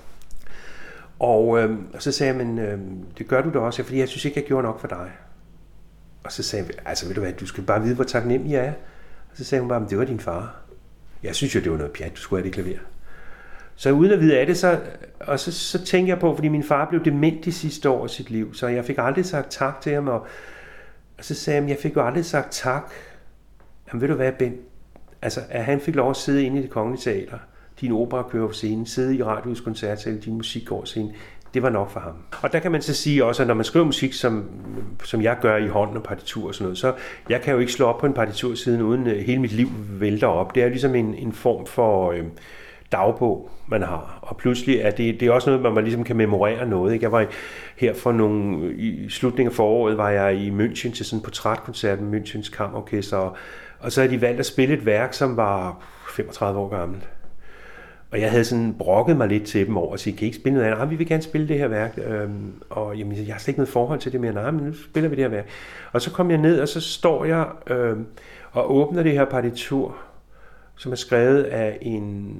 Speaker 2: Og, øh, og så sagde jeg, men øh, det gør du da også, fordi jeg synes ikke, jeg gjorde nok for dig. Og så sagde jeg, altså ved du hvad, du skal bare vide, hvor taknemmelig jeg er. Og så sagde hun bare, men det var din far. Jeg synes jo, det var noget pjat, du skulle have det klaver. Så uden at vide af det, så, og så, så tænkte jeg på, fordi min far blev dement de sidste år af sit liv, så jeg fik aldrig sagt tak til ham, og, og så sagde jeg, jeg fik jo aldrig sagt tak. Jamen ved du hvad, Ben? Altså, at han fik lov at sidde inde i Det Kongelige Teater, din opera kører på scenen, sidde i Radiohus koncertsal, din musik går scenen, det var nok for ham. Og der kan man så sige også, at når man skriver musik, som, som jeg gør i hånden og partitur og sådan noget, så jeg kan jo ikke slå op på en partitursiden, uden hele mit liv vælter op. Det er ligesom en, en form for Øh, dagbog, man har. Og pludselig er det, det er også noget, hvor man ligesom kan memorere noget. Ikke? Jeg var her for nogle, i slutningen af foråret, var jeg i München til sådan en portrætkoncert med Münchens Kammerorkester, og, og så havde de valgt at spille et værk, som var femogtredive år gammelt. Og jeg havde sådan brokket mig lidt til dem over at sige, kan I ikke spille noget andet? Nej, vi vil gerne spille det her værk. Øhm, og jamen, jeg har slet ikke noget forhold til det mere. Nej, men nu spiller vi det her værk. Og så kom jeg ned, og så står jeg øhm, og åbner det her partitur, som er skrevet af en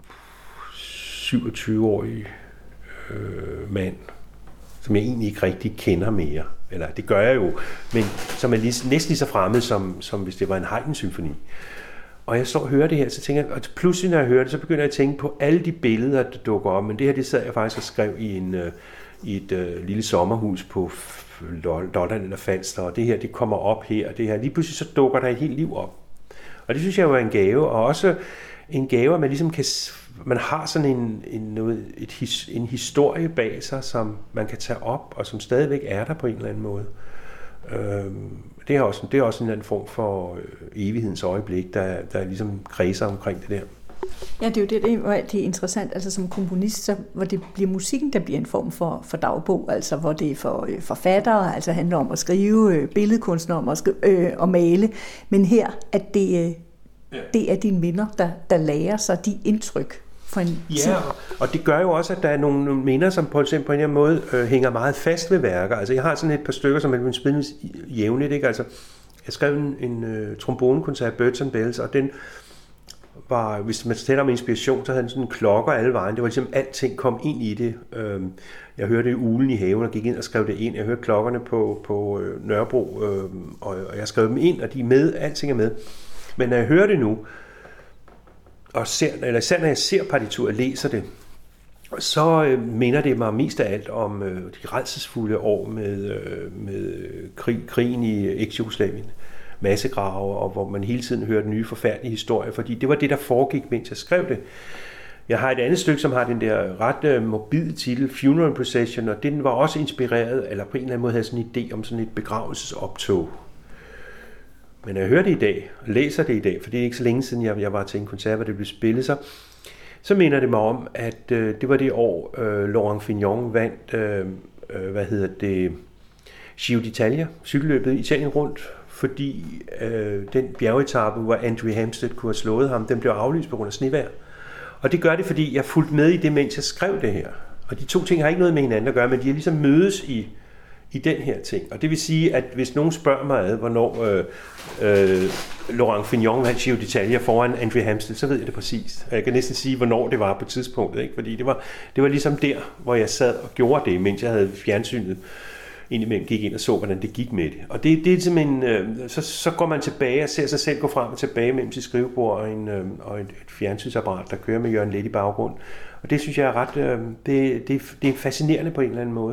Speaker 2: syvogtyve-årig øh, mand, som jeg egentlig ikke rigtig kender mere. Eller det gør jeg jo, men som er lige, næsten lige så fremmed, som, som hvis det var en Haydn-symfoni. Og jeg står og hører det her, så tænker jeg, og pludselig når jeg hører det, så begynder jeg at tænke på alle de billeder, der dukker op. Men det her, det sad jeg faktisk og skrev i, en, i et uh, lille sommerhus på Lolland eller Falster, og det her, det kommer op her, og det her. Lige pludselig så dukker der et helt liv op. Og det synes jeg jo er en gave, og også en gave, at man ligesom kan, man har sådan en, en, noget, et his, en historie bag sig, som man kan tage op, og som stadigvæk er der på en eller anden måde. Øhm, det, er også, det er også en eller anden form for øh, evighedens øjeblik, der, der ligesom kredser omkring det der.
Speaker 1: Ja, det er jo det, det er interessant, altså som komponist, så, hvor det bliver musikken, der bliver en form for, for dagbog, altså hvor det er for øh, forfattere, altså handler om at skrive, øh, billedkunstnere om at skrive, øh, og male, men her, at det, øh, ja. det er dine minder, der, der lærer sig de indtryk for en
Speaker 2: ja,
Speaker 1: tid.
Speaker 2: Og det gør jo også, at der er nogle, nogle minder, som på eksempel på en eller anden måde øh, hænger meget fast ved værker. Altså jeg har sådan et par stykker, som man spiller jævnligt, ikke? Altså jeg skrev en, en øh, trombonekoncert, Birds and Bells, og den var, hvis man taler om inspiration, så havde den sådan klokker alle vejen. Det var ligesom, alting kom ind i det. Jeg hørte ulen i haven og gik ind og skrev det ind. Jeg hørte klokkerne på, på Nørrebro, og jeg skrev dem ind, og de er med. Alting er med. Men når jeg hører det nu, og ser, eller især når jeg ser partitur og læser det, så minder det mig mest af alt om de rædselsfulde år med, med krig, krigen i eks-Jugoslavien. Massegrave, og hvor man hele tiden hørte nye forfærdelige historier, fordi det var det, der foregik, mens jeg skrev det. Jeg har et andet stykke, som har den der ret uh, morbide titel, Funeral Procession, og den var også inspireret, eller på en eller anden måde havde sådan en idé om sådan et begravelsesoptog. Men når jeg hører det i dag, og læser det i dag, for det er ikke så længe siden, jeg, jeg var til en koncert, hvor det blev spillet, så, så minder det mig om, at øh, det var det år, øh, Laurent Fignon vandt, øh, øh, hvad hedder det, Giro d'Italia, cykelløbet i Italien rundt, fordi øh, den bjergetappe, hvor Andrew Hampstead kunne have slået ham, den blev aflyst på grund af snevejr. Og det gør det, fordi jeg fulgte med i det, mens jeg skrev det her. Og de to ting har ikke noget med hinanden at gøre, men de har ligesom mødes i i den her ting. Og det vil sige, at hvis nogen spørger mig ad, hvornår øh, øh, Laurent Fignon vandt Giro d'Italia foran Andrew Hampstead, så ved jeg det præcis. Og jeg kan næsten sige, hvornår det var på tidspunktet, ikke? Fordi det var, det var ligesom der, hvor jeg sad og gjorde det, mens jeg havde fjernsynet indimellem gik ind og så, hvordan det gik med det. Og det, det er simpelthen, øh, så, så går man tilbage og ser sig selv gå frem og tilbage mellem sit skrivebord og, en, øh, og et, et fjernsynsapparat, der kører med Jørgen Leth i baggrund. Og det synes jeg er ret, øh, det, det, det er fascinerende på en eller anden måde.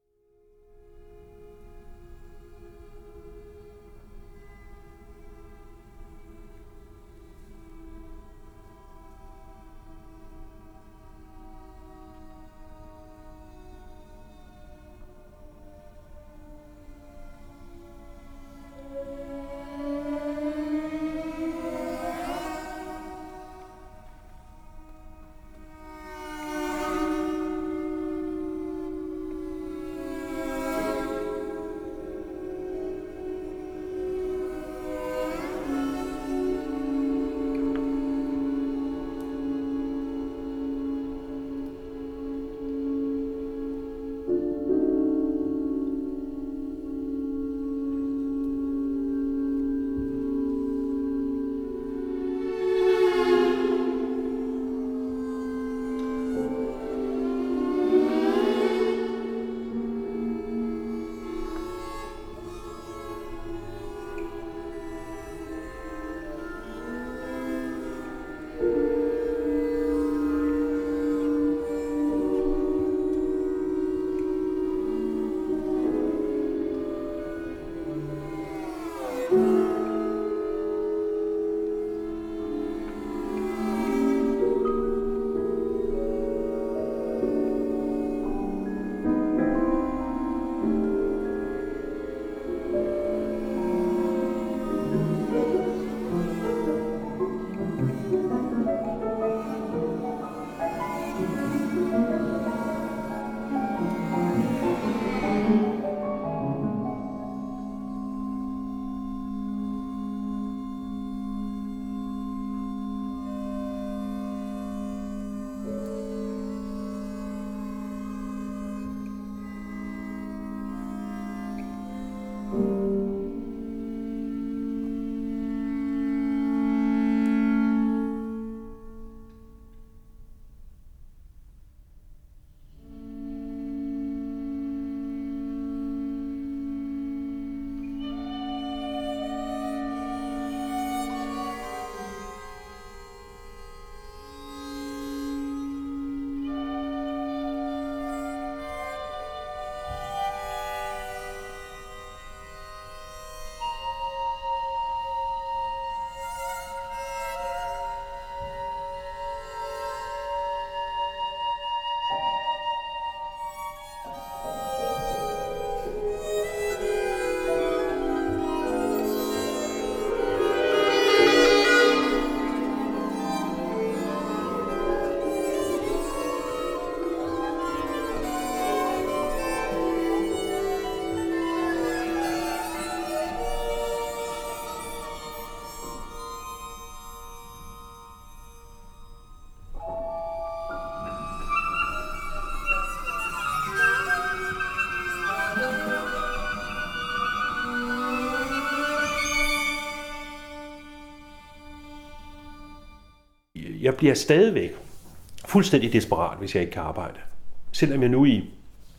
Speaker 2: Jeg bliver stadigvæk fuldstændig desperat, hvis jeg ikke kan arbejde. Selvom jeg nu i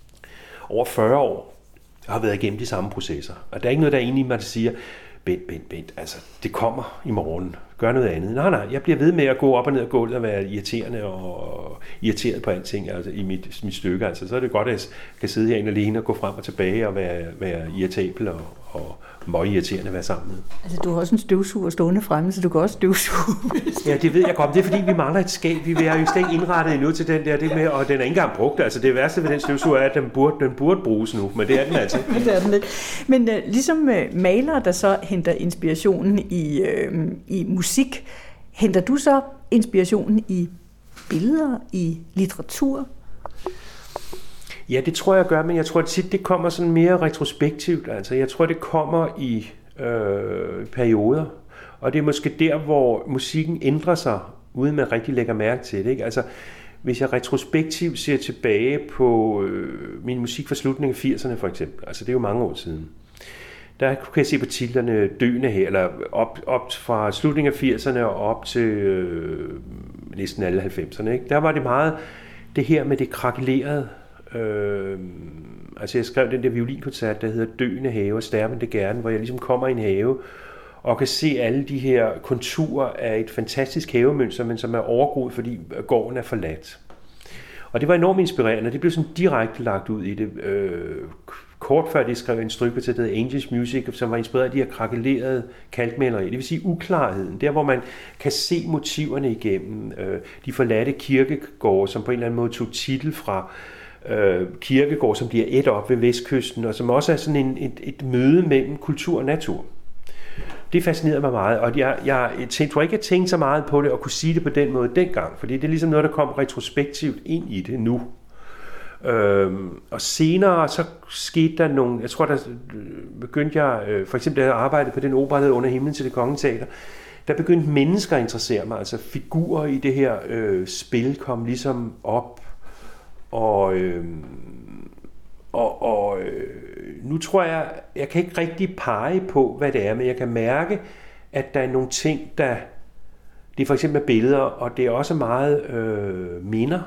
Speaker 2: over fyrre år har været igennem de samme processer. Og der er ikke noget, der er inde i mig, der siger, Bent, Bent, Bent, altså det kommer i morgen. gøre noget andet. Nej, nej, jeg bliver ved med at gå op og ned og gulvet og være irriterende og irriteret på alting altså i mit, mit stykke. Altså, så er det godt, at jeg kan sidde herinde alene og gå frem og tilbage og være, være irritabel og, og meget irriterende at være sammen med.
Speaker 1: Altså, du har også en støvsuger stående fremme, så du kan også støvsuge.
Speaker 2: Ja, det ved jeg godt. Det er fordi, vi mangler et skab. Vi er jo slet ikke indrettet endnu til den der, det med, og den er ikke engang brugt. Altså, det værste ved den støvsuger er, at den burde, den burde bruges nu, men det er den altså.
Speaker 1: Det er den ikke. Men uh, ligesom uh, malere, der så henter inspirationen i, uh, i musik, henter du så inspirationen i billeder, i litteratur?
Speaker 2: Ja, det tror jeg gør, men jeg tror at tit, det kommer sådan mere retrospektivt. Altså, jeg tror, det kommer i øh, perioder, og det er måske der, hvor musikken ændrer sig, uden man rigtig lægger mærke til det. Ikke? Altså, hvis jeg retrospektivt ser tilbage på øh, min musik fra slutningen af firserne for eksempel, altså det er jo mange år siden, der kan jeg se på titlerne Døende her, eller op, op fra slutningen af firserne og op til øh, næsten alle halvfemserne. Ikke? Der var det meget det her med det krakelerede. Øh, altså jeg skrev den der violinkoncert, der hedder Døende have og Stervende gerne, hvor jeg ligesom kommer i en have og kan se alle de her konturer af et fantastisk havemønster, men som er overgroet, fordi gården er forladt. Og det var enormt inspirerende, og det blev sådan direkte lagt ud i det. Øh, kort før det skrev en strykekvartet, der hedder Angels Music, som var inspireret af de her krakelerede kalkmalerier. Det vil sige uklarheden, der hvor man kan se motiverne igennem. Øh, de forladte kirkegårde, som på en eller anden måde tog titel fra øh, kirkegård, som bliver et op ved vestkysten, og som også er sådan en, et, et møde mellem kultur og natur. Det fascinerede mig meget, og jeg, jeg, jeg tror ikke, jeg tænkte så meget på det og kunne sige det på den måde dengang, fordi det er ligesom noget, der kom retrospektivt ind i det nu. Øhm, og senere så skete der nogle, jeg tror der begyndte jeg, øh, for eksempel da jeg arbejdede på den opera, der hedder Under himlen til Det Kongelige Teater, der begyndte mennesker at interessere mig, altså figurer i det her øh, spil kom ligesom op, og, øh, og, og øh, nu tror jeg, jeg kan ikke rigtig pege på, hvad det er, men jeg kan mærke, at der er nogle ting, der, det er for eksempel billeder, og det er også meget øh, minder.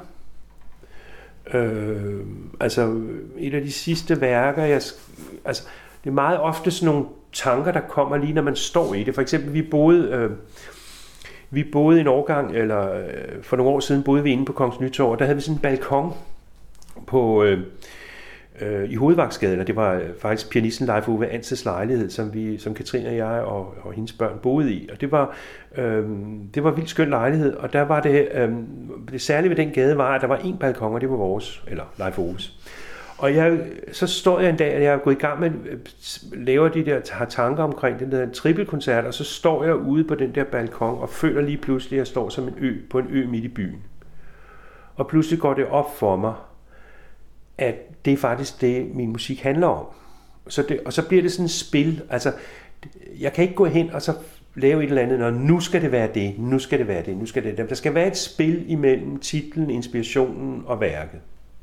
Speaker 2: Øh, altså et af de sidste værker, jeg, altså det er meget ofte sådan nogle tanker, der kommer lige når man står i det. For eksempel vi boede, øh, vi boede en årgang, eller øh, for nogle år siden boede vi inde på Kongens Nytorv, og der havde vi sådan en balkon på øh, øh, i Hovedvagtsgaden, og det var faktisk pianisten Leif Ove Anses lejlighed, som vi, som Katrine og jeg og, og hendes børn boede i, og det var øh, det var vildt skøn lejlighed, og der var det øh, det særlige ved den gade var, at der var en balkon, og det var vores, eller Leif Oves. Og jeg, så står jeg en dag, at jeg er gået i gang med at lave de der, har tanker omkring den der trippelkoncert, og så står jeg ude på den der balkon og føler lige pludselig, at jeg står som en ø, på en ø midt i byen. Og pludselig går det op for mig, at det er faktisk det, min musik handler om. Så det, og så bliver det sådan et spil. Altså, jeg kan ikke gå hen og så lave et eller andet, når nu skal det være det, nu skal det være det, nu skal det det. Der skal være et spil imellem titlen, inspirationen og værket.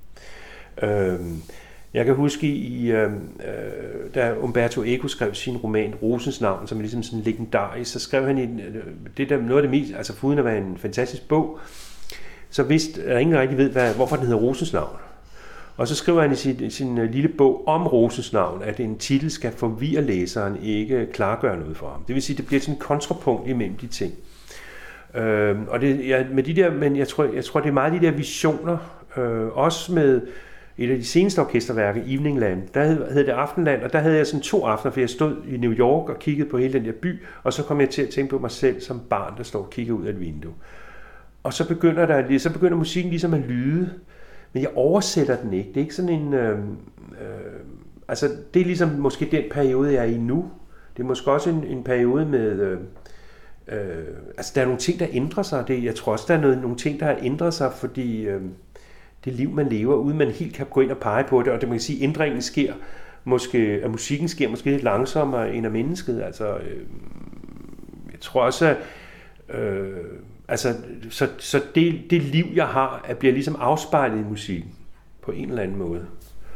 Speaker 2: Øhm, jeg kan huske, i, øh, da Umberto Eco skrev sin roman Rosens navn, som er ligesom sådan legendarisk, så skrev han i, det der, noget af det mest, altså foruden at være en fantastisk bog, så vidste, at ingen rigtig ved, hvad, hvorfor den hedder Rosens navn. Og så skriver han i sin, sin lille bog om Rosens navn, at en titel skal forvirre læseren, ikke klargøre noget for ham. Det vil sige, at det bliver sådan en kontrapunkt imellem de ting. Øhm, og det, ja, med de der, men jeg tror, jeg tror, det er meget de der visioner, øh, også med et af de seneste orkesterværker, Eveningland, der hed, hed det Aftenland, og der havde jeg sådan to aftener, for jeg stod i New York og kiggede på hele den der by, og så kom jeg til at tænke på mig selv som barn, der står og kigger ud af et vindue. Og så begynder, der, så begynder musikken ligesom at lyde, men jeg oversætter den ikke. Det er ikke sådan en... Øh, øh, altså, det er ligesom måske den periode, jeg er i nu. Det er måske også en, en periode med... Øh, øh, altså, der er nogle ting, der ændrer sig. Det, jeg tror også, der er noget, nogle ting, der har ændret sig, fordi øh, det liv, man lever, uden man helt kan gå ind og pege på det, og det man kan sige, ændringen sker måske... At musikken sker måske lidt langsommere end af mennesket. Altså, øh, jeg tror også, at... Øh, Altså, så, så det, det liv, jeg har, bliver ligesom afspejlet i musikken på en eller anden måde.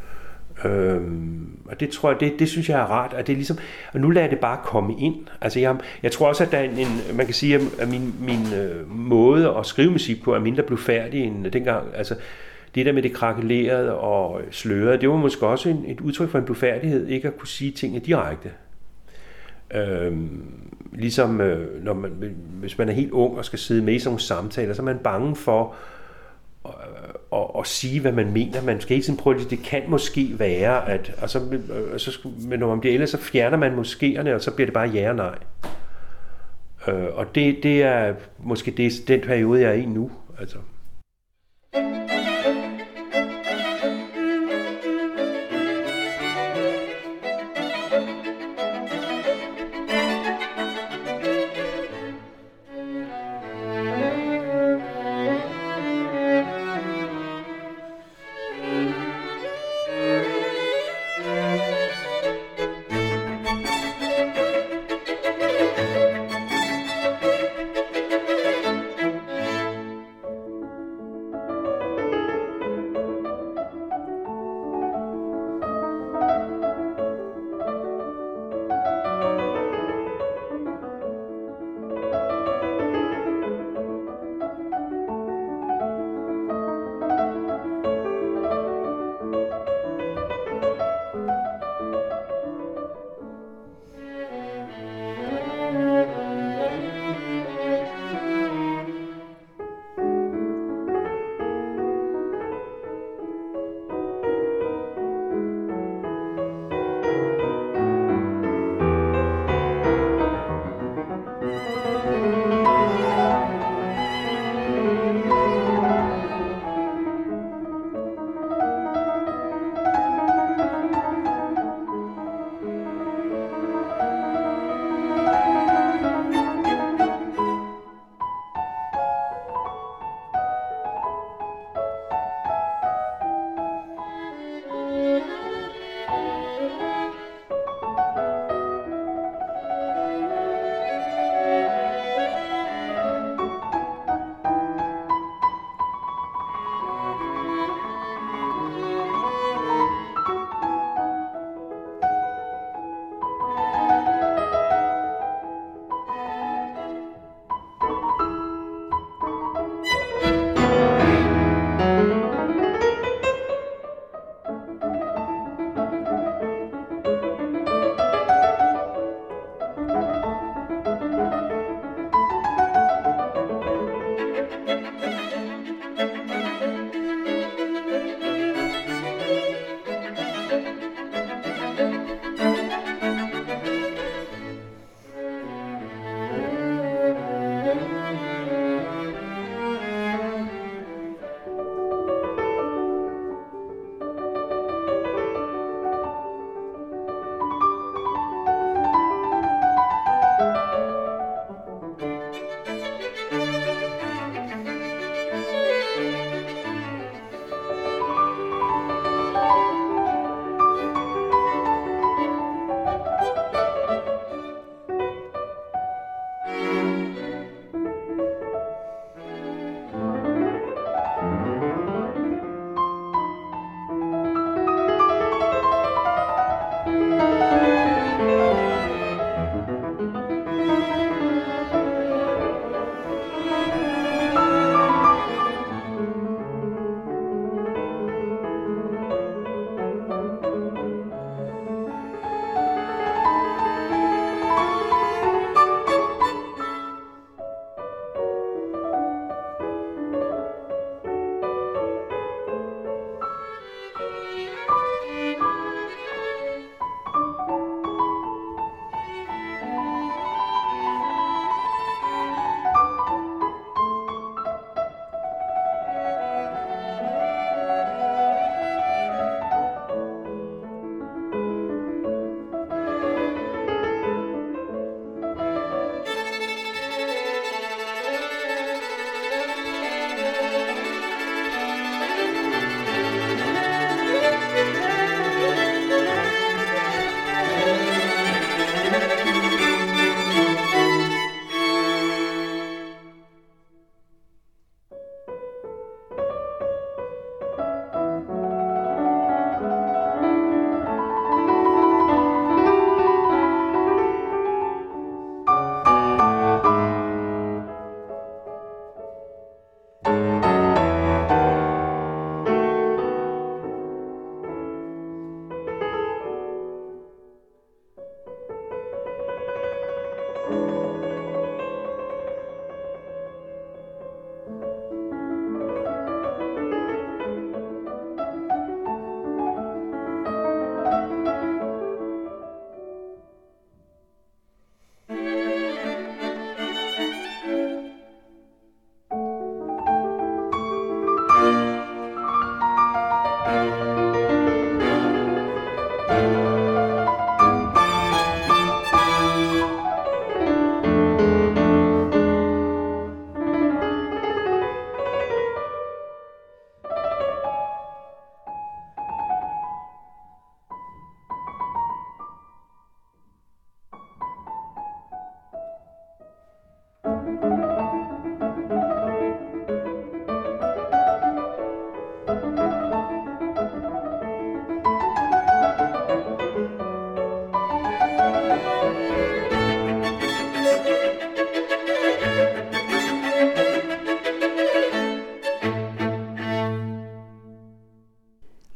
Speaker 2: Øhm, og det tror jeg, det, det synes jeg er rart, at det er ligesom, og nu lader det bare komme ind. Altså, jeg, jeg tror også, at der er en, en man kan sige, at min, min øh, måde at skrive musik på er mindre blufærdig end dengang. Altså, det der med det krakelerede og slørede, det var måske også en, et udtryk for en blufærdighed, ikke at kunne sige tingene direkte. Øhm, ligesom øh, når man, hvis man er helt ung og skal sidde med i sådan nogle samtaler, så er man bange for at, at, at sige, hvad man mener. Man skal ikke sådan prøve, det kan måske være, at, og så, og så, men når man bliver ældre, så fjerner man moskéerne, og så bliver det bare ja og nej. Øh, og det, det er måske det, den periode, jeg er i nu. Altså.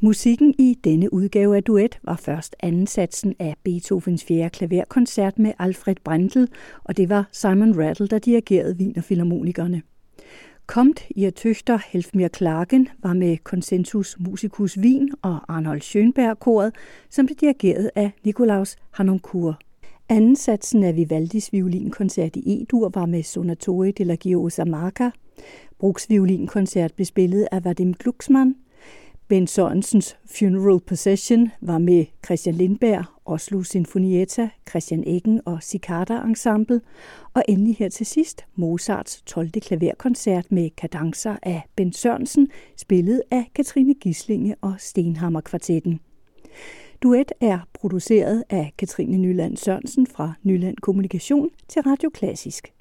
Speaker 1: Musikken i denne udgave af Duet var først anden satsen af Beethovens fjerde klaverkoncert med Alfred Brendel, og det var Simon Rattle, der dirigerede Wiener Philharmonikerne. Kommt ihr Töchter, helft mir klagen var med Consensus Musicus Wien og Arnold Schönberg-koret, som blev dirigeret af Nikolaus Harnoncourt. Anden satsen af Vivaldis violinkoncert i E-dur var med Sonatore della Giosa Marca. Bruchs violinkoncert blev spillet af Vadim Glucksmann. Bent Sørensens Funeral Procession var med Christian Lindberg, Oslo Sinfonietta, Christian Eggen og Cicada Ensemble. Og endelig her til sidst Mozarts tolvte klaverkoncert med kadencer af Bent Sørensen, spillet af Katrine Gislinge og Stenhammer Kvartetten. Duet er produceret af Katrine Nyland Sørensen fra Nyland Kommunikation til Radio Klassisk.